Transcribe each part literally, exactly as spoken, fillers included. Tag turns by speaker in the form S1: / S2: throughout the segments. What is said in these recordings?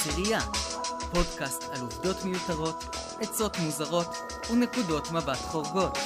S1: עשירייה, פודקאסט על עובדות מיותרות, עצות מוזרות ונקודות מבט חורגות.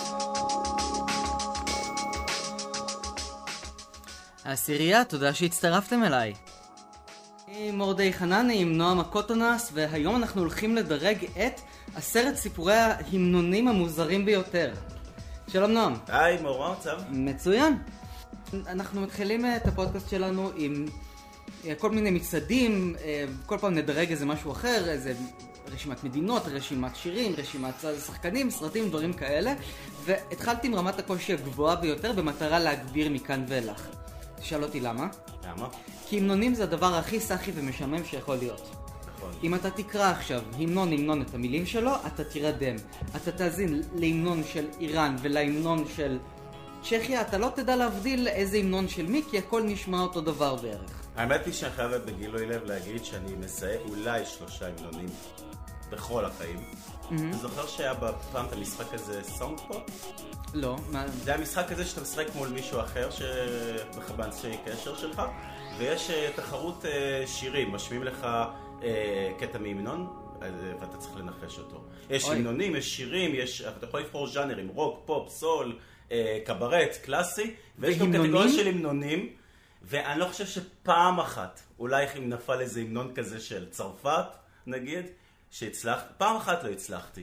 S1: העשירייה, תודה שהצטרפתם אליי. אני מורדי חנני עם נועם הקוטונס, והיום אנחנו הולכים לדרג את עשרת סיפורי ההמנונים המוזרים ביותר. שלום נועם.
S2: היי, מור, מה מצב?
S1: מצוין. אנחנו מתחילים את הפודקאסט שלנו עם כל מיני מצעדים, כל פעם נדרג איזה משהו אחר, איזה רשימת מדינות, רשימת שירים, רשימת שחקנים, סרטים, דברים כאלה, והתחלתי עם רמת הקושי הגבוהה ביותר במטרה להגביר מכאן ואילך. תשאל אותי למה?
S2: למה?
S1: כי המנונים זה הדבר הכי סחי ומשעמם שיכול להיות.
S2: נכון.
S1: אם אתה תקרא עכשיו המנון המנון את המילים שלו, אתה תראה דם. אתה תאזין להמנון של איראן ולהמנון של צ'כיה, אתה לא תדע להבדיל איזה המנון של מי, כי הכל נשמע אותו דבר בערך.
S2: האמת היא שאני חייבת בגילוי לב להגיד שאני מסייע אולי שלושה המנונים בכל החיים. אתה זוכר שהיה בפעם את המשחק הזה סונג פופ?
S1: לא, מה?
S2: זה היה משחק כזה שאתה משחק מול מישהו אחר באנשי קשר שלך, ויש תחרות שירים, משמיעים לך קטע מהמנון ואתה צריך לנחש אותו. יש המנונים, יש שירים, אתה יכול לבחור ז'אנרים, רוק, פופ, סול, קברט, קלאסי, ויש גם קטגוריה של המנונים, ואני לא חושב שפעם אחת, אולי אם נפל איזה המנון כזה של צרפת, נגיד, שהצלחת, פעם אחת לא הצלחתי.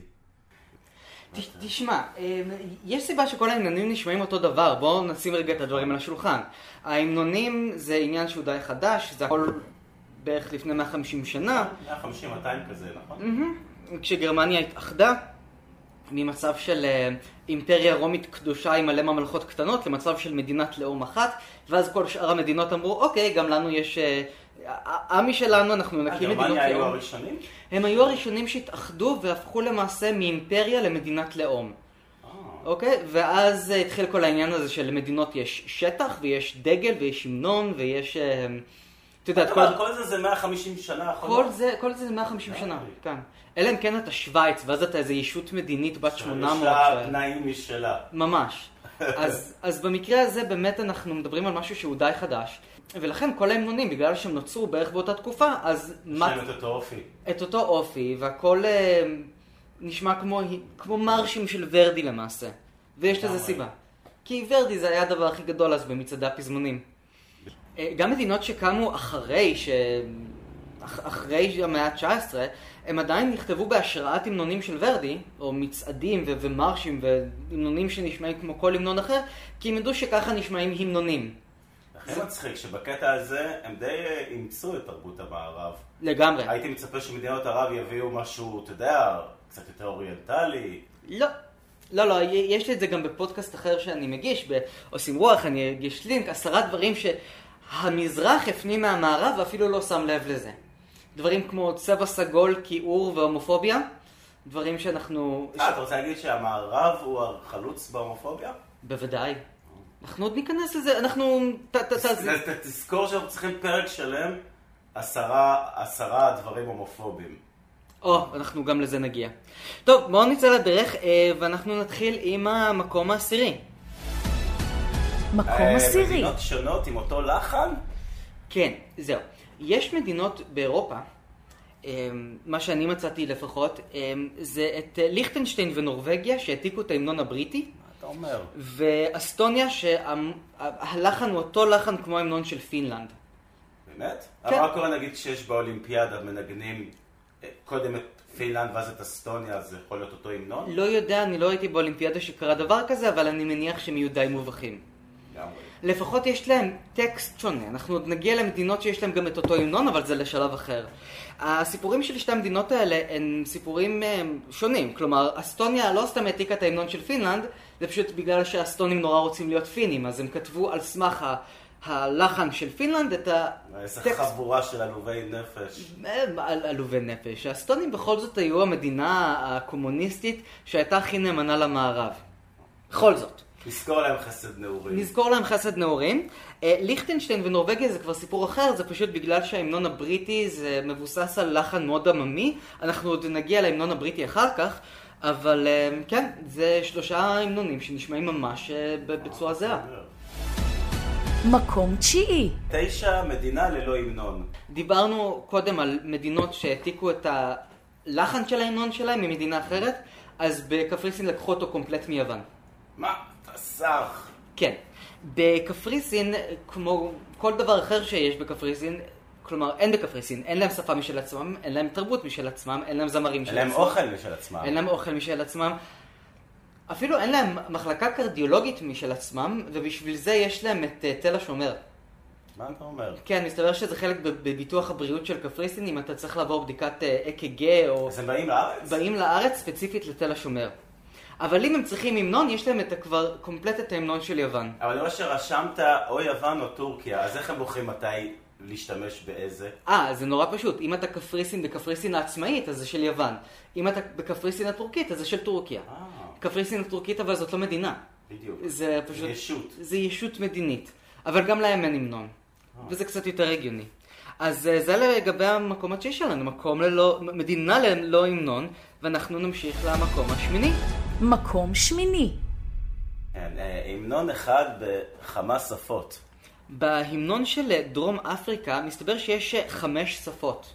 S1: תשמע, יש סיבה שכל ההמנונים נשמעים אותו דבר, בואו נשים רגע את הדברים על השולחן. ההמנונים זה עניין שהוא די חדש, זה הכל בערך לפני מאה וחמישים שנה.
S2: מאה וחמישים מאתיים כזה, נכון?
S1: כשגרמניה התאחדה, ממצב של אימפריה רומית קדושה עם מלא ממלכות קטנות למצב של מדינת לאום אחת, ואז כל שאר המדינות אמרו, אוקיי, גם לנו יש עמי שלנו, אנחנו נקים מדינות לאום.
S2: גרמניה היו הראשונים?
S1: הם היו הראשונים שהתאחדו והפכו למעשה מאימפריה למדינת לאום. אוקיי? ואז התחיל כל העניין הזה שלמדינות יש שטח ויש דגל ויש המנון ויש...
S2: כל זה זה מאה וחמישים שנה אחרונה?
S1: כל זה זה מאה וחמישים שנה, כן. אלא אם כן אתה שוויץ, ואז אתה איזו ישות מדינית בת שמונה מאות.
S2: יש לה תנאים משלה.
S1: ממש. אז במקרה הזה באמת אנחנו מדברים על משהו שהוא די חדש, ולכן כל ההמנונים, בגלל שהם נוצרו בערך באותה תקופה, אז...
S2: יש להם את אותו אופי.
S1: את אותו אופי, והכל נשמע כמו מרשים של ורדי למעשה. ויש לזה סיבה. כי ורדי זה היה הדבר הכי גדול אז במצעדי הפזמונים. גם מדינות שקמו אחרי, ש... אחרי המאה ה-תשע עשרה, הם עדיין נכתבו בהשראת המנונים של ורדי, או מצעדים ו- ומרשים והמנונים שנשמעים כמו כל המנון אחר, כי הם ידעו שככה נשמעים המנונים.
S2: הכי מצחיק שבקטע הזה הם די אימצו את תרבות המערב.
S1: לגמרי.
S2: הייתי מצפה שמדינות ערב יביאו משהו, אתה יודע, קצת יותר אוריינטלי.
S1: לא. לא, לא, יש לי את זה גם בפודקאסט אחר שאני מגיש, בעושים רוח, אני אגיש לינק, עשרה דברים שהמזרח הפנים מהמערב ואפילו לא שם לב לזה. דברים כמו צבע סגול, כיעור והומופוביה, דברים שאנחנו...
S2: אה, אתה רוצה להגיד שהמערב הוא החלוץ בהומופוביה?
S1: בוודאי. אנחנו עוד ניכנס לזה, אנחנו...
S2: תזכור שאנחנו צריכים פרק שלם, עשרה, עשרה דברים הומופובים.
S1: או, אנחנו גם לזה נגיע. טוב, בואו נצא לדרך, ואנחנו נתחיל עם המקום העשירי.
S3: מקום עשירי.
S2: מדינות שונות עם אותו לחן?
S1: כן, זהו. יש מדינות באירופה, מה שאני מצאתי לפחות, זה את ליכטנשטיין ונורווגיה שהעתיקו את ההמנון הבריטי.
S2: מה אתה אומר?
S1: ואסטוניה שהלחן הוא אותו לחן כמו ההמנון של פינלנד.
S2: באמת?
S1: כן.
S2: מה קורה נגיד שיש באולימפיאדה מנגנים קודם את פינלנד ואז את אסטוניה, זה יכול להיות אותו המנון?
S1: לא יודע, אני לא הייתי באולימפיאדה שקרה דבר כזה, אבל אני מניח שהם יהיו די מובכים.
S2: לגמרי.
S1: לפחות יש להם טקסט שונה. אנחנו עוד נגיע למדינות שיש להם גם את אותו המנון, אבל זה לשלב אחר. הסיפורים של שתי המדינות האלה הם סיפורים שונים. כלומר, אסטוניה לא סתם העתיקה את ההמנון של פינלנד, זה פשוט בגלל שהאסטונים נורא רוצים להיות פינים, אז הם כתבו על סמך ה... הלחן של פינלנד את הטקסט...
S2: איזה חבורה של עלובי נפש.
S1: עלובי נפש. האסטונים בכל זאת היו המדינה הקומוניסטית שהייתה הכי נאמנה למערב. בכל זאת.
S2: נזכור להם חסד נעורים.
S1: נזכור להם חסד נעורים. ליכטנשטיין ונורווגיה זה כבר סיפור אחר, זה פשוט בגלל שההמנון הבריטי זה מבוסס על לחן מאוד עממי. אנחנו עוד נגיע להמנון הבריטי אחר כך, אבל כן, זה שלושה המנונים שנשמעים ממש בצורה זהה.
S3: מקום תשיעי.
S2: תשע, מדינה ללא המנון.
S1: דיברנו קודם על מדינות שהעתיקו את הלחן של ההמנון שלהם ממדינה אחרת, אז בקפריסין לקחו אותו קומפלט מיוון.
S2: מה? אתה סך.
S1: כן. בקפריסין, כמו כל דבר אחר שיש בקפריסין, כלומר אין בקפריסין, אין להם שפה משל עצמם, אין להם תרבות משל עצמם, אין להם זמרים משל עצמם.
S2: אין להם אוכל משל עצמם.
S1: אין להם אוכל משל עצמם. אפילו אין להם מחלקה קרדיולוגית משל עצמם, ובשביל זה יש להם את תל השומר.
S2: מה אתה אומר?
S1: כן, מסתבר שזה חלק בביטוח הבריאות של קפריסין, אם אתה צריך לעבור בדיקת אק"ג או...
S2: אז הם באים לארץ?
S1: באים לארץ ספציפית לתל השומר. אבל אם הם צריכים המנון, יש להם את כבר קומפלט את ההמנון של יוון.
S2: אבל אני רואה שרשמת או יוון או טורקיה, אז איך הם בוחרים מתי להשתמש באיזה?
S1: אה, זה נורא פשוט. אם אתה קפריסין בקפריסין העצמאית, אז זה של יוון. אם אתה בקפריסין הטורקית, אז זה של טורקיה.
S2: אה.
S1: קפריסין הטורקית, אבל זאת לא מדינה.
S2: בדיוק.
S1: זה פשוט...
S2: זה ישות.
S1: זה ישות מדינית. אבל גם להם אין המנון. וזה קצת יותר הגיוני. אז זה לגבי המקום התשיעי שלנו, מקום ללא... מדינה ללא המנון, ואנחנו נמשיך למקום השמיני.
S3: מקום שמיני.
S2: כן, המנון אחד בכמה שפות.
S1: בהמנון של דרום אפריקה מסתבר שיש חמש שפות.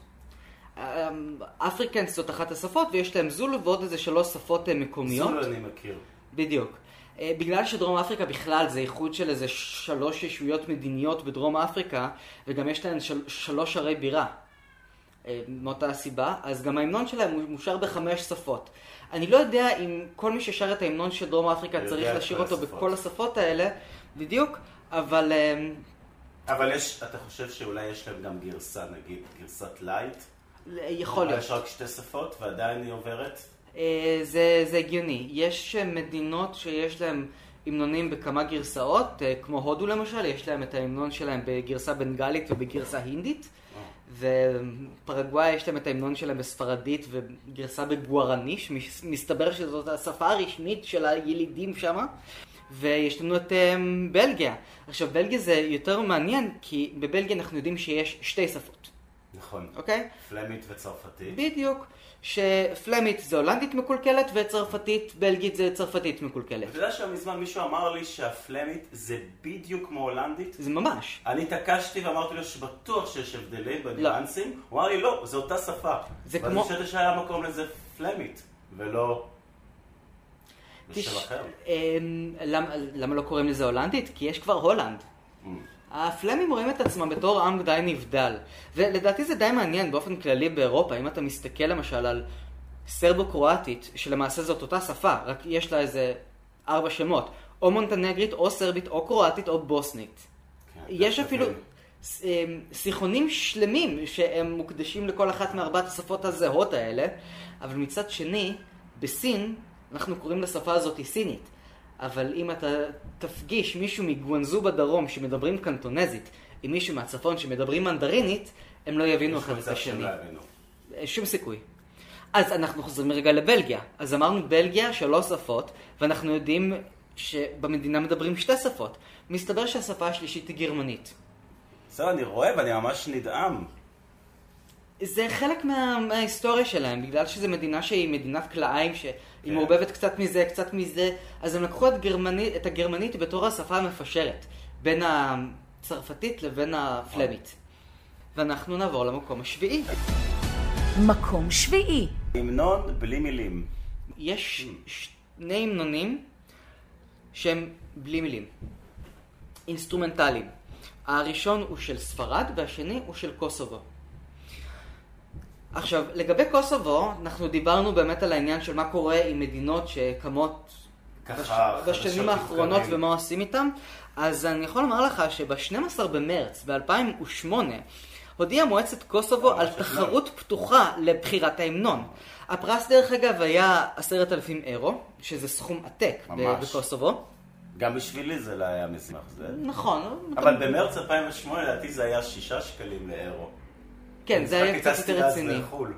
S1: אפריקנס זאת אחת השפות, ויש להם זולו ועוד איזה שלוש שפות מקומיות.
S2: זולו אני מכיר.
S1: בדיוק. בגלל שדרום אפריקה בכלל זה איחוד של איזה שלוש ישויות מדיניות בדרום אפריקה, וגם יש להם של, שלוש ערי בירה. מאותה הסיבה, אז גם ההמנון שלהם מושר בחמש שפות. אני לא יודע אם כל מי ששר את ההמנון של דרום אפריקה צריך לשיר אותו השפות. בכל השפות האלה, בדיוק, אבל...
S2: אבל יש, אתה חושב שאולי יש להם גם גרסה, נגיד, גרסת לייט?
S1: יכול להיות.
S2: יש רק שתי שפות ועדיין היא עוברת?
S1: זה, זה הגיוני. יש מדינות שיש להם המנונים בכמה גרסאות, כמו הודו למשל, יש להם את ההמנון שלהם בגרסה בנגלית ובגרסה הינדית, ופרגוואי יש להם את ההמנון שלהם בספרדית ובגרסה בגוארני, מסתבר שזאת השפה הרשמית של הילידים שם, ויש לנו את בלגיה. עכשיו, בלגיה זה יותר מעניין, כי בבלגיה אנחנו יודעים שיש שתי שפות.
S2: נכון.
S1: אוקיי?
S2: פלמית וצרפתית.
S1: בדיוק. שפלמית זה הולנדית מקולקלת, וצרפתית, בלגית זה צרפתית מקולקלת.
S2: אתה יודע שמזמן מישהו אמר לי שהפלמית זה בדיוק כמו הולנדית?
S1: זה ממש.
S2: אני התעקשתי ואמרתי לו שבטוח שיש הבדלים בניואנסים. הוא אמר לי לא, זו אותה שפה.
S1: זה
S2: ואני
S1: כמו...
S2: חושבת שהיה מקום לזה פלמית, ולא... בשם אחר.
S1: למה, למה לא קוראים לזה הולנדית? כי יש כבר הולנד. הפלמים רואים את עצמם בתור עם די נבדל. ולדעתי זה די מעניין באופן כללי באירופה. אם אתה מסתכל למשל על סרבו-קרואטית, שלמעשה זאת אותה שפה, רק יש לה איזה ארבע שמות. או מונטנגרית, או סרבית, או קרואטית, או בוסנית. כן, יש אפילו שיחונים שלמים שהם מוקדשים לכל אחת מארבעת השפות הזהות האלה. אבל מצד שני, בסין, אנחנו קוראים לשפה הזאת סינית. אבל אם אתה תפגיש מישהו מגואנזו בדרום שמדברים קנטונזית עם מישהו מהצפון שמדברים מנדרינית, הם לא יבינו אחד את השני. שום סיכוי. אז אנחנו חוזרים רגע לבלגיה. אז אמרנו בלגיה שלוש שפות, ואנחנו יודעים שבמדינה מדברים שתי שפות. מסתבר שהשפה השלישית היא גרמנית.
S2: בסדר, אני רואה ואני ממש נדהם.
S1: זה חלק מה, מההיסטוריה שלהם, בגלל שזו מדינה שהיא מדינת קלעיים, שהיא כן. מעובבת קצת מזה, קצת מזה, אז הם לקחו את, גרמנית, את הגרמנית בתור השפה המפשרת, בין הצרפתית לבין הפלמית. ואנחנו נעבור למקום השביעי.
S3: מקום שביעי.
S2: המנון בלי מילים.
S1: יש שני המנונים שהם בלי מילים. אינסטרומנטליים. הראשון הוא של ספרד והשני הוא של קוסובו. עכשיו, לגבי קוסובו, אנחנו דיברנו באמת על העניין של מה קורה עם מדינות שקמות בש... בשנים האחרונות ומה עושים איתם. אז אני יכול לומר לך שב-שנים עשר במרץ ב-אלפיים ושמונה הודיעה מועצת קוסובו על תחרות פתוחה לבחירת ההמנון. הפרס דרך אגב היה עשרת אלפים אירו, שזה סכום עתק בקוסובו.
S2: גם בשבילי זה לא היה מזמח. זה...
S1: נכון.
S2: אבל במרץ אלפיים ושמונה לדעתי זה היה שישה שקלים לאירו.
S1: כן, זה היה קצת יותר רציני.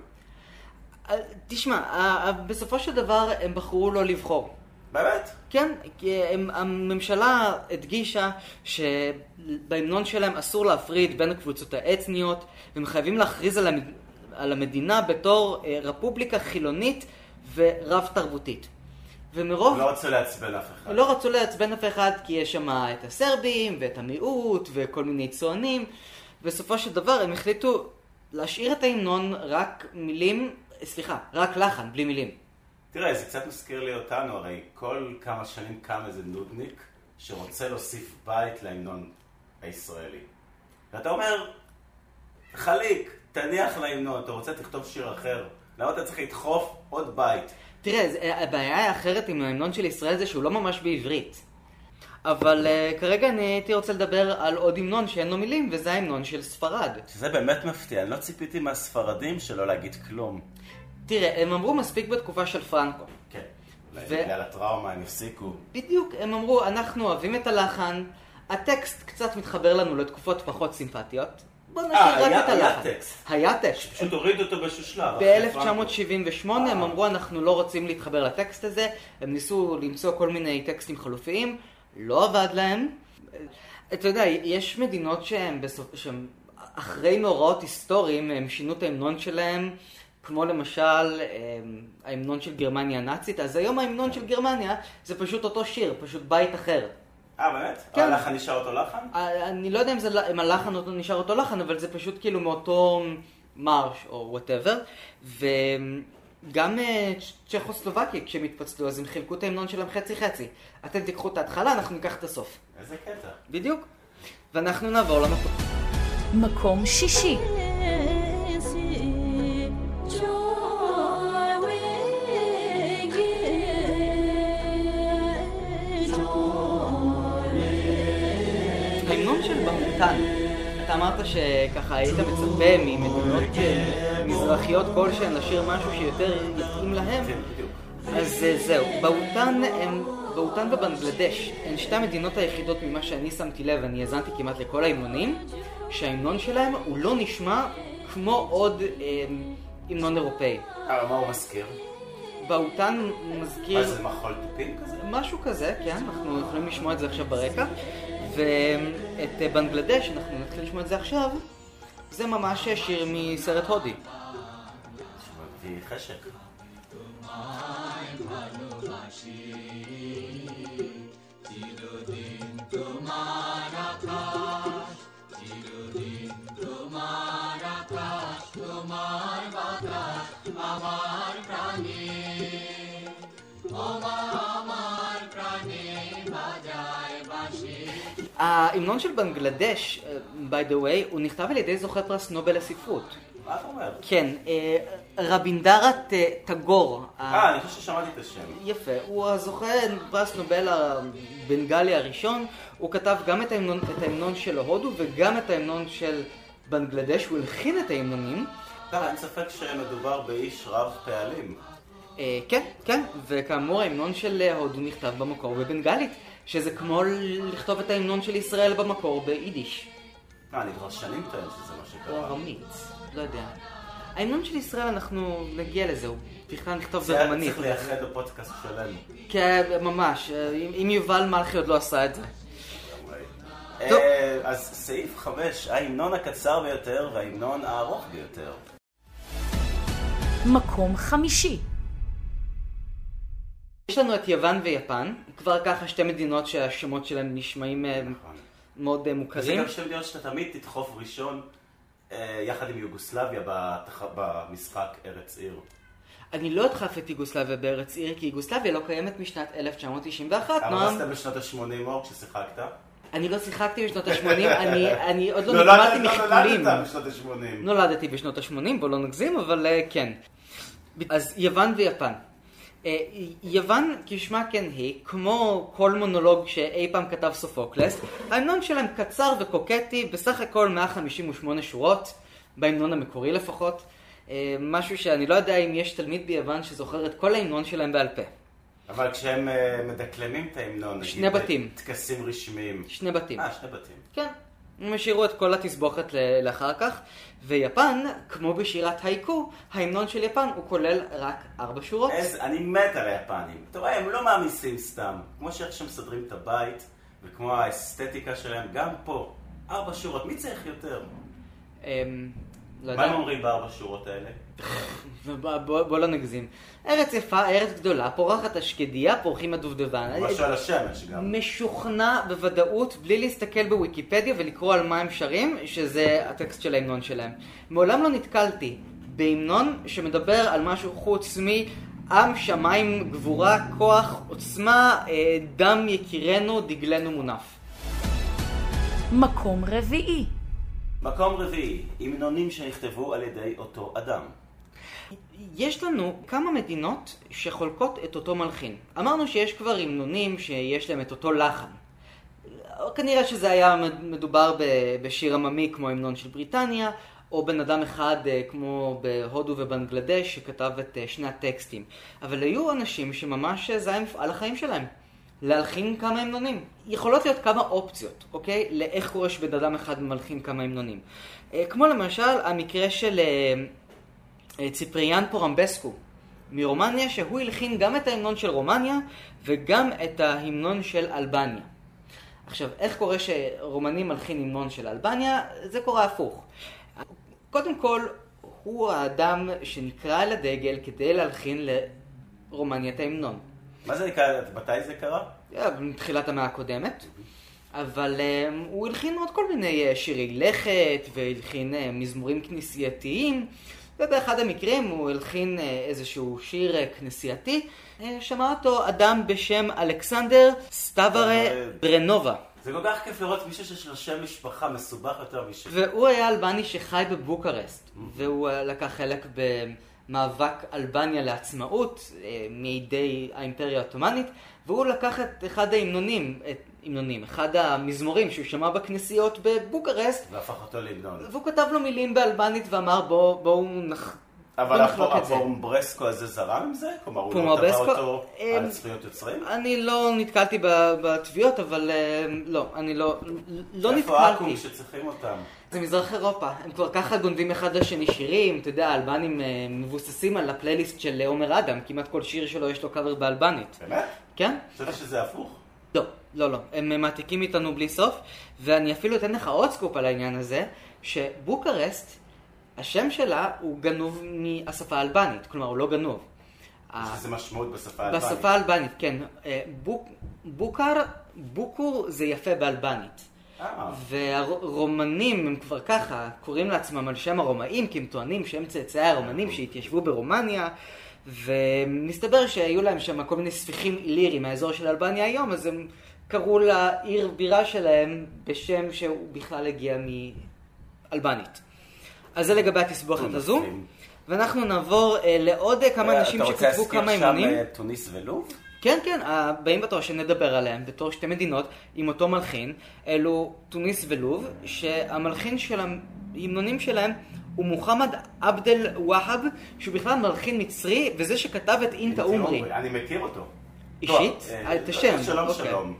S1: תשמע, בסופו של דבר הם בחרו לא לבחור.
S2: באמת?
S1: כן, כי הממשלה הדגישה שבהמנון שלהם אסור להפריד בין הקבוצות האתניות, והם חייבים להכריז על המדינה בתור רפובליקה חילונית ורב תרבותית. ומרוב...
S2: לא רצו לעצבן אף אחד.
S1: לא רצו לעצבן אף אחד, כי יש שם את הסרבים, ואת המיעוט, וכל מיני צוענים. בסופו של דבר הם החליטו להשאיר את ההמנון רק מילים, סליחה, רק לחן, בלי מילים.
S2: תראה, זה קצת מזכיר לי אותנו, הרי כל כמה שנים קם איזה נודניק שרוצה להוסיף בית להמנון הישראלי. ואתה אומר, חליק, תניח להמנון, אתה רוצה תכתוב שיר אחר. למה אתה צריך לדחוף עוד בית?
S1: תראה, הבעיה האחרת עם ההמנון של ישראל זה שהוא לא ממש בעברית. אבל uh, כרגע אני הייתי רוצה לדבר על עוד המנון שאין לו מילים, וזה ההמנון של ספרד.
S2: שזה באמת מפתיע, אני לא ציפיתי מהספרדים שלא להגיד כלום.
S1: תראה, הם אמרו מספיק בתקופה של פרנקו.
S2: כן, ו... בגלל הטראומה הם הפסיקו.
S1: בדיוק, הם אמרו, אנחנו אוהבים את הלחן, הטקסט קצת מתחבר לנו לתקופות פחות סימפטיות. בוא נשאיר רק
S2: היה,
S1: את הלחן.
S2: היה טקסט.
S1: היה טקסט.
S2: פשוט הוריד אותו באיזשהו שלב.
S1: ב-אלף תשע מאות שבעים ושמונה הם אמרו, אנחנו לא רוצים להתחבר לטקסט הזה. הם ניסו למצוא כל מיני טקסטים חלופיים. לא עבד להם. אתה יודע, יש מדינות שהן בסופ... שהן אחרי מאורעות היסטוריים, הם שינו את ההמנון שלהם, כמו למשל ההמנון של גרמניה הנאצית. אז היום ההמנון של גרמניה זה פשוט אותו שיר, פשוט בית אחר.
S2: אה, באמת?
S1: כן.
S2: הלחן נשאר אותו לחן?
S1: אני לא יודע אם, זה, אם הלחן אותו נשאר אותו לחן, אבל זה פשוט כאילו מאותו מרש או whatever. וגם צ'כוסלובקיה, כשהם התפצלו, אז הם חילקו את ההמנון שלהם חצי חצי. אתם תיקחו את ההתחלה, אנחנו ניקח את הסוף.
S2: איזה קטע.
S1: בדיוק. ואנחנו נעבור למקום.
S3: מקום שישי.
S1: ההמנון של בהוטן. אתה אמרת שככה היית מצפה ממדינות מזרחיות כלשהן לשיר משהו שיותר יתאים להם. אז זהו, בהוטן הם, בהוטן ובנגלדש הן שתי המדינות היחידות ממה שאני שמתי לב, אני האזנתי כמעט לכל ההמנונים, שההמנון שלהם הוא לא נשמע כמו עוד המנון אירופאי.
S2: אבל מה הוא מזכיר?
S1: בהוטן מזכיר...
S2: מה זה, מחול תופים כזה?
S1: משהו כזה, כן, אנחנו יכולים לשמוע את זה עכשיו ברקע. ואת בנגלדש, אנחנו נתחיל לשמוע את זה עכשיו, זה ממש שיר מסרט הודי.
S2: שמעתי חשק. ההמנון של בנגלדש, by the way, הוא נכתב על ידי זוכה פרס נובל לספרות. מה אתה אומר?
S1: כן, רבינדרת טגור.
S2: אה, אני חושב ששמעתי את השם.
S1: יפה, הוא הזוכה פרס נובל הבנגלי הראשון. הוא כתב גם את ההמנון, את ההמנון של הודו וגם את ההמנון של בנגלדש. הוא הלחין את ההמנונים.
S2: טוב, אין ספק שמדובר באיש רב פעלים.
S1: כן, כן, וכאמור ההמנון של הודו נכתב במקור בבנגלית, שזה כמו לכתוב את ההמנון של ישראל במקור ביידיש.
S2: אה, אני כבר שנים טוען שזה מה שקרה.
S1: או ארמית, לא יודע. ההמנון של ישראל, אנחנו נגיע לזה, הוא בכלל נכתוב ברומנית.
S2: צריך לייחד בפודקאסט שלנו.
S1: כן, ממש, אם יובל מלכי עוד לא עשה את זה.
S2: אז סעיף חמש, ההמנון הקצר ביותר וההמנון הארוך ביותר.
S3: מקום חמישי.
S1: יש לנו את יוון ויפן, כבר ככה שתי מדינות שהשמות שלהם נשמעים מאוד מוכרים.
S2: זה גם שתי מדינות שאתה תמיד תדחוף ראשון יחד עם יוגוסלביה במשחק ארץ עיר.
S1: אני לא אדחף את יוגוסלביה בארץ עיר, כי יוגוסלביה לא קיימת משנת אלף תשע מאות תשעים ואחת,
S2: נועם. אבל עשת בשנות ה-שמונים אור כששיחקת?
S1: אני לא שיחקתי בשנות ה-שמונים, אני עוד לא נגמרתי מחיתולים.
S2: לא נולדת בשנות ה-שמונים.
S1: נולדתי בשנות ה-שמונים, בוא לא נגזים, אבל כן. אז יוון ויפן. יוון כשמה כן היא, כמו כל מונולוג שאי פעם כתב סופוקלס, ההמנון שלהם קצר וקוקטי, בסך הכל מאה חמישים ושמונה שורות, בהמנון המקורי לפחות, משהו שאני לא יודע אם יש תלמיד ביוון שזוכר את כל ההמנון שלהם בעל פה.
S2: אבל כשהם מדקלמים את ההמנון,
S1: שני בתים.
S2: טקסים רשמיים.
S1: שני בתים.
S2: אה, שני בתים.
S1: כן. הם השאירו את כל התסבוכת לאחר כך, ויפן, כמו בשירת הייקו, ההמנון של יפן הוא כולל רק ארבע שורות.
S2: אז אני מת על היפנים. אתה רואה, הם לא מאמיסים סתם. כמו שאיך שהם מסדרים את הבית, וכמו האסתטיקה שלהם, גם פה. ארבע שורות, מי צריך יותר?
S1: לא
S2: מה
S1: יודע.
S2: הם אומרים בארבע שורות האלה?
S1: בוא, בוא, בוא לא נגזים. ארץ יפה, ארץ גדולה, פורחת השקדיה, פורחים הדובדבן.
S2: משהו על השמש גם.
S1: משוכנע בוודאות, בלי להסתכל בוויקיפדיה ולקרוא על מה הם שרים, שזה הטקסט של ההמנון שלהם. מעולם לא נתקלתי בהמנון שמדבר על משהו חוץ מעם, שמיים, גבורה, כוח, עוצמה, דם יקירנו, דגלנו מונף.
S3: מקום רביעי.
S2: מקום רביעי, המנונים שנכתבו על ידי אותו אדם.
S1: יש לנו כמה מדינות שחולקות את אותו מלחין. אמרנו שיש כבר המנונים שיש להם את אותו לחן. כנראה שזה היה מדובר בשיר עממי כמו המנון של בריטניה, או בן אדם אחד כמו בהודו ובנגלדש שכתב את שני הטקסטים. אבל היו אנשים שממש זה היה מפעל החיים שלהם. להלחין כמה המנונים. יכולות להיות כמה אופציות, אוקיי? לאיך קורה שבן אדם אחד מלחין כמה המנונים. כמו למשל המקרה של ציפריאן פורמבסקו מרומניה, שהוא הלחין גם את ההמנון של רומניה וגם את ההמנון של אלבניה. עכשיו, איך קורה שרומני מלחין המנון של אלבניה? זה קורה הפוך. קודם כל, הוא האדם שנקרא אל הדגל כדי להלחין לרומניה את ההמנון.
S2: מה זה נקרא? מתי זה קרה?
S1: בתחילת המאה הקודמת. אבל um, הוא הלחין עוד כל מיני uh, שירי לכת והלחין uh, מזמורים כנסייתיים, ובאחד המקרים הוא הלחין uh, איזשהו שיר uh, כנסייתי. Uh, שמע אותו אדם בשם אלכסנדר סטאברה ברנובה.
S2: זה כל כך כיף לראות מישהו שיש לו שם משפחה מסובך יותר משם.
S1: והוא היה אלבני שחי בבוקרשט, והוא uh, לקח חלק במאבק אלבניה לעצמאות uh, מידי האימפריה העות'מאנית, והוא לקח את אחד ההמנונים, את המנונים, אחד המזמורים שהוא שמע בכנסיות בבוקרשט,
S2: והפך אותו להמנון.
S1: והוא כתב לו מילים באלבנית ואמר בואו בוא נח...
S2: אבל הפורמברסקו הזה זרם עם זה? כלומר, הוא לא תבע אותו על זכויות יוצרים?
S1: אני לא נתקלתי בתביעות, אבל לא, אני לא נתקלתי.
S2: איפה האקום שצריכים אותם?
S1: זה מזרח אירופה, הם כבר ככה גונבים אחד לשני שירים, אתה יודע, האלבנים מבוססים על הפלייליסט של עומר אדם, כמעט כל שיר שלו יש לו קאבר באלבנית.
S2: באמת?
S1: כן?
S2: חשבתי שזה הפוך?
S1: לא, לא, לא, הם מעתיקים איתנו בלי סוף, ואני אפילו אתן לך עוד סקופ על העניין הזה, שבוקרשט, השם שלה הוא גנוב מהשפה האלבנית, כלומר הוא לא גנוב.
S2: יש איזה משמעות בשפה האלבנית.
S1: בשפה האלבנית, כן. בוק, בוקר, בוקור זה יפה באלבנית. והרומנים הם כבר ככה, קוראים לעצמם על שם הרומאים, כי הם טוענים שהם צאצאי הרומנים שהתיישבו ברומניה, ומסתבר שהיו להם שם כל מיני ספיחים אילירים מהאזור של אלבניה היום, אז הם קראו לעיר בירה שלהם בשם שהוא בכלל הגיע מאלבנית. אז זה לגבי התסבוכת הזו. ואנחנו נעבור לעוד כמה אנשים שכתבו כמה המנונים.
S2: אתה רוצה להזכיר שם טוניס ולוב?
S1: כן, כן, הבאים בתור שנדבר עליהם בתור שתי מדינות עם אותו מלחין, אלו טוניס ולוב, שהמלחין של ההמנונים שלהם הוא מוחמד עבד אל והאב, שהוא בכלל מלחין מצרי, וזה שכתב את אינטה אומרי.
S2: אני מכיר אותו.
S1: אישית? את השם.
S2: שלום, שלום.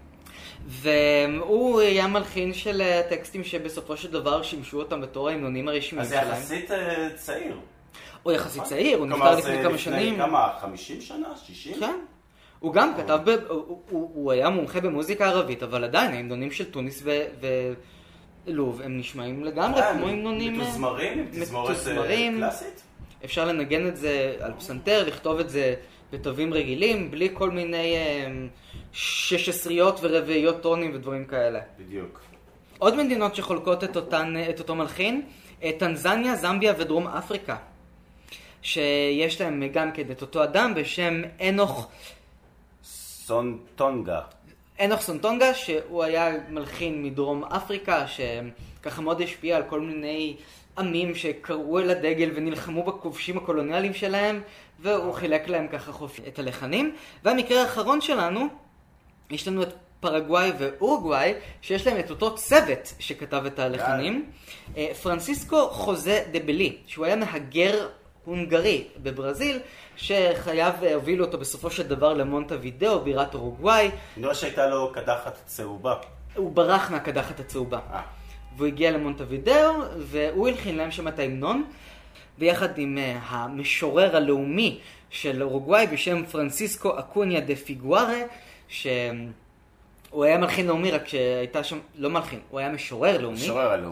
S1: והוא היה מלחין של טקסטים שבסופו של דבר שימשו אותם בתור ההמנונים הרשמיים שלהם.
S2: אז זה יחסית צעיר.
S1: הוא יחסית צעיר, הוא נפטר לפני כמה שנים.
S2: כלומר, זה לפני כמה? חמישים שנה? שישים?
S1: כן. הוא גם כתב, הוא היה מומחה במוזיקה ערבית, אבל עדיין ההמנונים של טוניס ולוב הם נשמעים לגמרי כמו המנונים
S2: מתוזמרים, תזמורת קלאסית.
S1: אפשר לנגן את זה על פסנתר, לכתוב את זה בתווים רגילים, בלי כל מיני שש עשריות ורביעיות טונים ודברים כאלה.
S2: בדיוק.
S1: עוד מדינות שחולקות את, אותן, את אותו מלחין, טנזניה, זמביה ודרום אפריקה, שיש להם גם כן את אותו אדם בשם אנוך
S2: סונטונגה.
S1: אנוך סונטונגה, שהוא היה מלחין מדרום אפריקה, שככה מאוד השפיע על כל מיני עמים שקראו אל הדגל ונלחמו בכובשים הקולוניאליים שלהם, והוא חילק להם ככה חופשי את הלחנים. והמקרה האחרון שלנו, יש לנו את פרגוואי ואורוגוואי, שיש להם את אותו צוות שכתב את הלחנים. פרנסיסקו חוזה דה בלי, שהוא היה מהגר הונגרי בברזיל, שחייו הובילו אותו בסופו של דבר למונטווידאו, בירת אורוגוואי.
S2: נראה שהייתה לו קדחת צהובה.
S1: הוא ברח מהקדחת הצהובה.
S2: אה.
S1: והוא הגיע למונטווידאו, והוא הלחין להם שם את ההמנון, ביחד עם uh, המשורר הלאומי של אורוגוואי בשם פרנסיסקו אקוניה דה פיגוארה, שהוא היה מלחין לאומי, רק שהייתה שם, לא מלחין, הוא היה משורר לאומי.
S2: משורר הלאומי.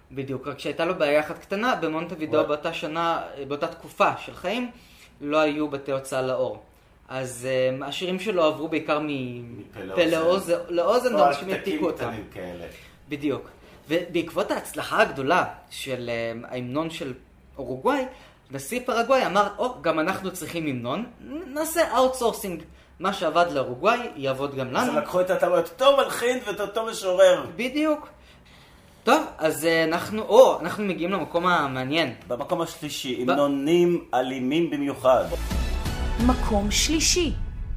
S1: בדיוק, רק שהייתה לו בעיה אחת קטנה, במונטווידאו באותה שנה, באותה תקופה של חיים, לא היו בתי הוצאה לאור. אז um, השירים שלו עברו בעיקר מפה לאוזן, לאוזן,
S2: או
S1: ואנשים יעתיקו אותם.
S2: כאלה.
S1: בדיוק. ובעקבות ההצלחה הגדולה של um, ההמנון של אורוגוואי, נשיא פרגוואי אמר, או, oh, גם אנחנו צריכים המנון, נעשה אאוטסורסינג. מה שעבד לאורוגוואי יעבוד גם לנו.
S2: אז לקחו את אותו מלחין ואת אותו משורר.
S1: בדיוק. טוב, אז אנחנו, או, אנחנו מגיעים למקום המעניין.
S2: במקום השלישי, המנונים אלימים במיוחד.
S3: מקום שלישי.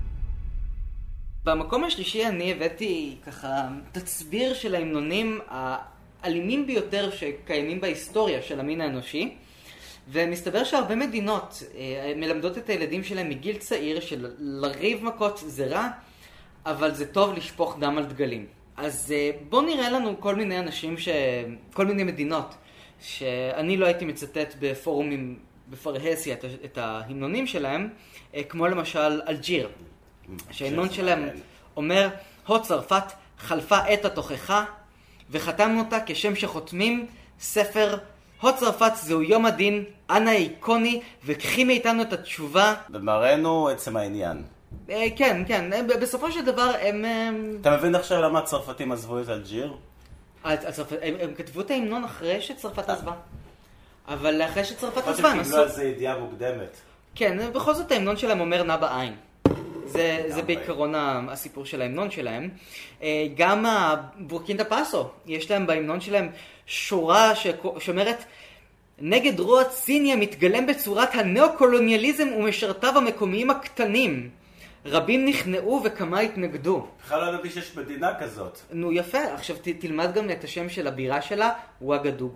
S1: במקום השלישי אני הבאתי ככה תצביר של ההמנונים האלימים ביותר שקיימים בהיסטוריה של המין האנושי. ומסתבר שהרבה מדינות מלמדות את הילדים שלהם מגיל צעיר של לריב מכות זה רע, אבל זה טוב לשפוך דם על דגלים. אז בואו נראה לנו כל מיני אנשים, ש... כל מיני מדינות, שאני לא הייתי מצטט בפורומים בפרהסיה את, את ההמנונים שלהם, כמו למשל אלג'יר, שההמנון שלהם אומר, הו צרפת חלפה עת התוכחה, וחתמנו אותה כשם שחותמים ספר, הו צרפת זהו יום הדין, אנא איקוני, וקחי מאיתנו את התשובה.
S2: ומראינו עצם העניין.
S1: כן, כן, בסופו של דבר הם...
S2: אתה מבין עכשיו למה הצרפתים עזבו את אלג'יר?
S1: הם כתבו את ההמנון אחרי שצרפת עזבה. אבל אחרי שצרפת עזבה הם עשו...
S2: קיבלו על זה ידיעה מוקדמת.
S1: כן, בכל זאת ההמנון שלהם אומר נע בעין. זה בעיקרון הסיפור של ההמנון שלהם. גם בורקינדה פאסו, יש להם בהמנון שלהם שורה שאומרת, נגד רוע ציני המתגלם בצורת הנאו-קולוניאליזם ומשרתיו המקומיים הקטנים. רבים נכנעו וכמה התנגדו.
S2: בכלל לא ידעתי שיש מדינה כזאת.
S1: נו יפה, עכשיו ת, תלמד גם את השם של הבירה שלה, וואגדוגו.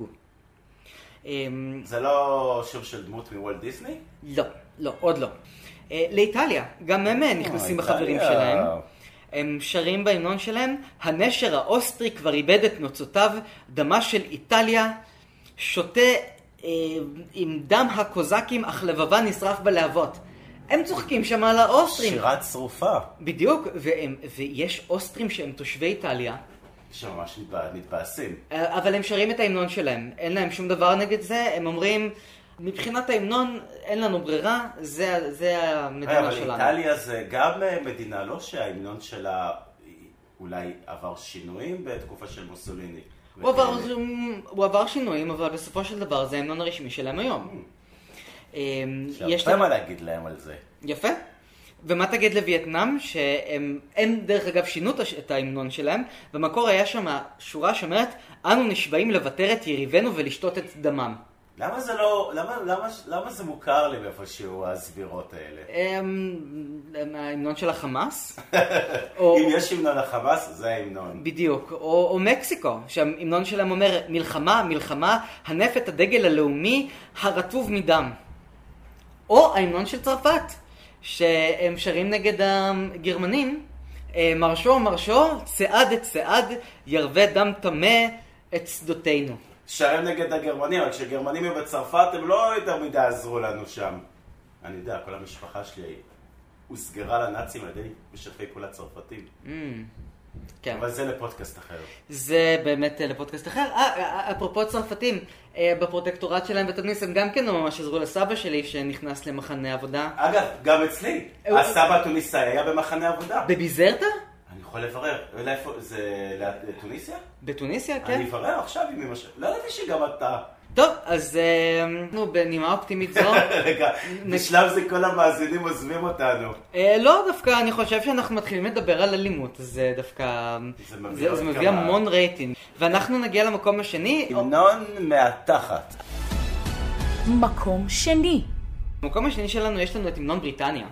S2: זה לא שיר של דמות מוולט דיסני?
S1: לא, לא, עוד לא. לאיטליה, גם הם נכנסים בחברים שלהם. הם שרים בהמנון שלהם, הנשר האוסטרי כבר איבד את נוצותיו, דמה של איטליה, שותה אה, עם דם הקוזקים, אך לבבה נשרף בלהבות. הם צוחקים שם על האוסטרים.
S2: שירת שרופה.
S1: בדיוק, והם, ויש אוסטרים שהם תושבי איטליה.
S2: שממש מתבאסים.
S1: אבל הם שרים את ההמנון שלהם. אין להם שום דבר נגד זה. הם אומרים, מבחינת ההמנון אין לנו ברירה, זה, זה המדינה
S2: אבל
S1: שלנו.
S2: אבל איטליה זה גם מדינה, לא שההמנון שלה אולי עבר שינויים בתקופה של מוסוליני.
S1: הוא עבר, הוא עבר שינויים, אבל בסופו של דבר זה ההמנון הרשמי שלהם היום.
S2: יש להם מה להגיד להם על זה.
S1: יפה. ומה תגיד לווייטנאם? שהם הם דרך אגב שינו את ההמנון שלהם, במקור היה שם שורה שאומרת, אנו נשבעים לוותר את יריבנו ולשתות את דמם.
S2: למה זה לא, למה, למה, למה זה מוכר לי באיפשהו הסבירות האלה?
S1: ההמנון של החמאס?
S2: אם יש המנון החמאס, זה ההמנון.
S1: בדיוק. או, או מקסיקו, שההמנון שלהם אומר, מלחמה, מלחמה, הנף את הדגל הלאומי הרטוב מדם. או ההמנון של צרפת, שהם שרים נגד הגרמנים, מרשו, מרשו, צעד את צעד, ירווה דם טמא את שדותינו.
S2: שרים נגד הגרמנים, אבל כשגרמנים היו בצרפת, הם לא יותר מדי עזרו לנו שם. אני יודע, כל המשפחה שלי הוסגרה לנאצים על ידי משתפי פעולה צרפתים. Mm, כן. אבל זה לפודקאסט אחר.
S1: זה באמת לפודקאסט אחר. אה, אפרופו צרפתים, בפרוטקטורט שלהם בתוניס הם גם כן לא ממש עזרו לסבא שלי שנכנס למחנה עבודה.
S2: אגב, גם אצלי. הסבא התוניסאי היה במחנה עבודה.
S1: בביזרטה?
S2: אני יכול לברר. לאיפה? זה לתוניסיה?
S1: בתוניסיה, כן.
S2: אני אברר עכשיו עם אמא שלי. לא ידעתי שגם אתה.
S1: טוב, אז נו, בנימה אופטימית זו.
S2: רגע, בשלב זה כל המאזינים עוזבים אותנו.
S1: לא, דווקא אני חושב שאנחנו מתחילים לדבר על אלימות, זה דווקא... זה מביא המון רייטינג. ואנחנו נגיע למקום השני.
S2: המנון מהתחת.
S3: מקום שני.
S1: במקום השני שלנו יש לנו את המנון בריטניה.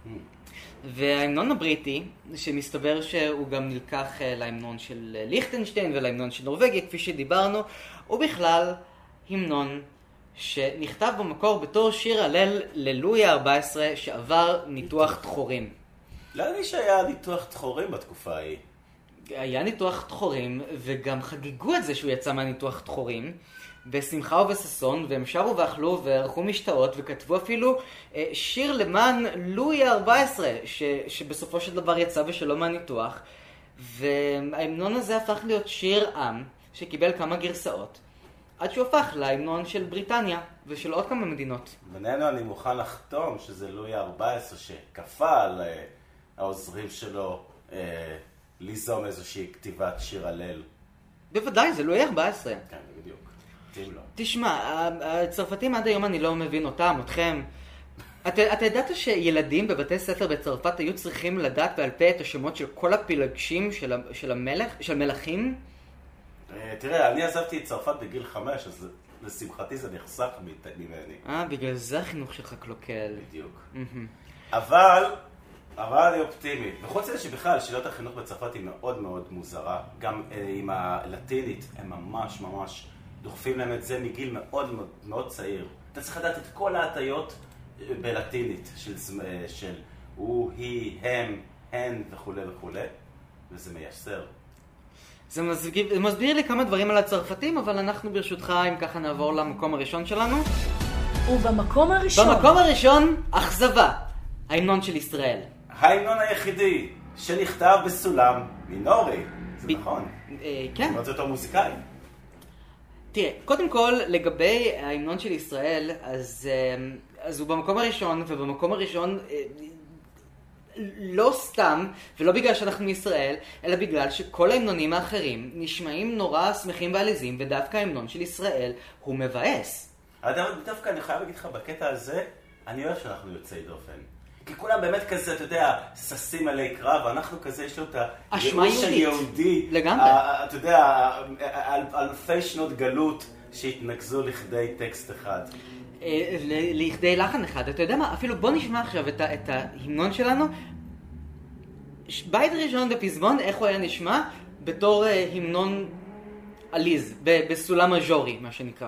S1: וההמנון הבריטי, שמסתבר שהוא גם נלקח להמנון של ליכטנשטיין ולהמנון של נורווגיה, כפי שדיברנו, הוא בכלל המנון שנכתב במקור בתור שיר הלל ללואי ה-ארבע עשרה שעבר ניתוח תחורים.
S2: לא יודע שהיה ניתוח תחורים בתקופה ההיא.
S1: היה ניתוח תחורים, וגם חגיגו את זה שהוא יצא מהניתוח תחורים, בשמחה ובששון, והם שרו ואכלו וערכו משתאות, וכתבו אפילו אה, שיר למען לואי ה-ארבע עשרה, ש, שבסופו של דבר יצא בשלום מהניתוח, וההמנון הזה הפך להיות שיר עם, שקיבל כמה גרסאות. עד שהוא הפך להמנון של בריטניה ושל עוד כמה מדינות.
S2: בינינו אני מוכן לחתום שזה לואי ה-ארבע עשרה שכפה על אה, העוזרים שלו אה, ליזום איזושהי כתיבת שיר הלל.
S1: בוודאי, זה לואי ה-ארבע עשרה.
S2: כן, בדיוק. מתאים לו.
S1: תשמע, הצרפתים עד היום אני לא מבין אותם, אתכם. אתה, אתה ידעת שילדים בבתי ספר בצרפת היו צריכים לדעת בעל פה את השמות של כל הפילגשים של, של המלך, של מלכים?
S2: תראה, אני עזבתי את צרפת בגיל חמש, אז לשמחתי זה נחסך ממני.
S1: אה, בגלל זה החינוך שלך קלוקל.
S2: בדיוק. אבל, אבל אני אופטימי. וחוץ לזה שבכלל, שיטת החינוך בצרפת היא מאוד מאוד מוזרה. גם עם הלטינית, הם ממש ממש דוחפים להם את זה מגיל מאוד מאוד, מאוד צעיר. אתה צריך לדעת את כל ההטיות בלטינית, של, של הוא, היא, הם, הן וכו' וכו'. וזה מייסר.
S1: זה מסביר, זה מסביר לי כמה דברים על הצרפתים, אבל אנחנו ברשותך, אם ככה נעבור למקום הראשון שלנו.
S3: ובמקום הראשון...
S1: במקום הראשון, אכזבה. ההמנון של ישראל.
S2: ההמנון היחידי שנכתב בסולם מינורי. זה ב... נכון.
S1: אה, כן.
S2: זאת אומרת, זה יותר מוזיקאי.
S1: תראה, קודם כל, לגבי ההמנון של ישראל, אז, אז הוא במקום הראשון, ובמקום הראשון... לא סתם, ולא בגלל שאנחנו מישראל, אלא בגלל שכל ההמנונים האחרים נשמעים נורא שמחים ועליזים, ודווקא ההמנון של ישראל הוא מבאס.
S2: דווקא אני חייב להגיד לך, בקטע הזה, אני אוהב שאנחנו יוצאי דופן. כי כולם באמת כזה, אתה יודע, ססים עלי קרב, ואנחנו כזה, יש לו את
S1: הייאוש
S2: היהודי.
S1: לגמרי.
S2: אתה יודע, אלפי שנות גלות שהתנקזו לכדי טקסט אחד.
S1: לכדי לחן אחד. אתה יודע מה? אפילו בוא נשמע עכשיו את, את ההמנון שלנו. בית ראשון בפזמון, איך הוא היה נשמע? בתור המנון עליז, בסולם מז'ורי, מה שנקרא.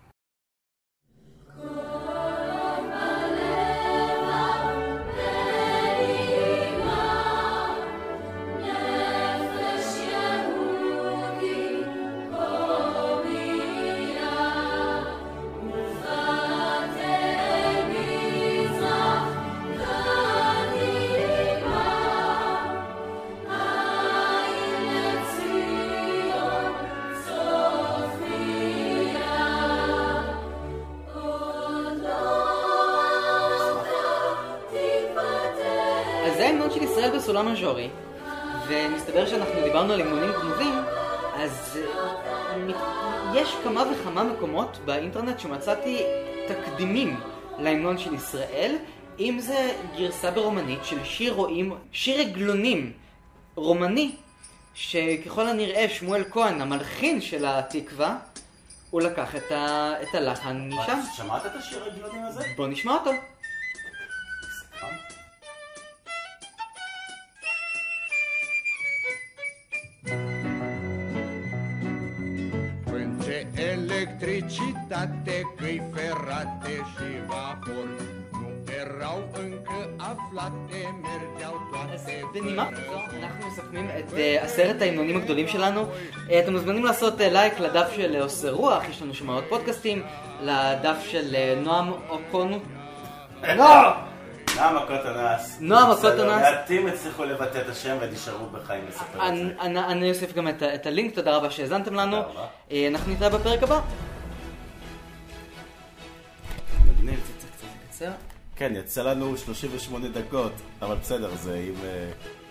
S1: בסולם מז'ורי, ומסתבר שאנחנו דיברנו על המנונים גנובים, אז יש כמה וכמה מקומות באינטרנט שמצאתי תקדימים להמנון של ישראל, אם זה גרסה ברומנית של שיר רואים, שיר עגלונים רומני, שככל הנראה שמואל כהן, המלחין של התקווה, הוא לקח את, ה... את הלחן משם.
S2: שמעת את השיר עגלונים הזה?
S1: בוא נשמע אותו.
S4: Electricitate, căi ferate și vapor nu erau încă aflate, mergeau toate.
S1: בנימה זו אנחנו מסכמים את עשרת ההמנונים הגדולים שלנו. אתם מוזמנים לעשות לייק לדף של עושה רוח, יש לנו שם עוד פודקאסטים, לדף של נועם אוקונו.
S2: נועם! נועם הקוטונס.
S1: נועם הקוטונס.
S2: מעטים הצליחו לבטא את השם ונשארו בחיים לספר את זה.
S1: אני אוסיף גם את הלינק, תודה רבה שהזנתם לנו. אנחנו נתראה בפרק הבא.
S2: מגניב.
S1: קצת קצת קצר.
S2: כן, יצא לנו שלושים ושמונה דקות, אבל בסדר, זה עם...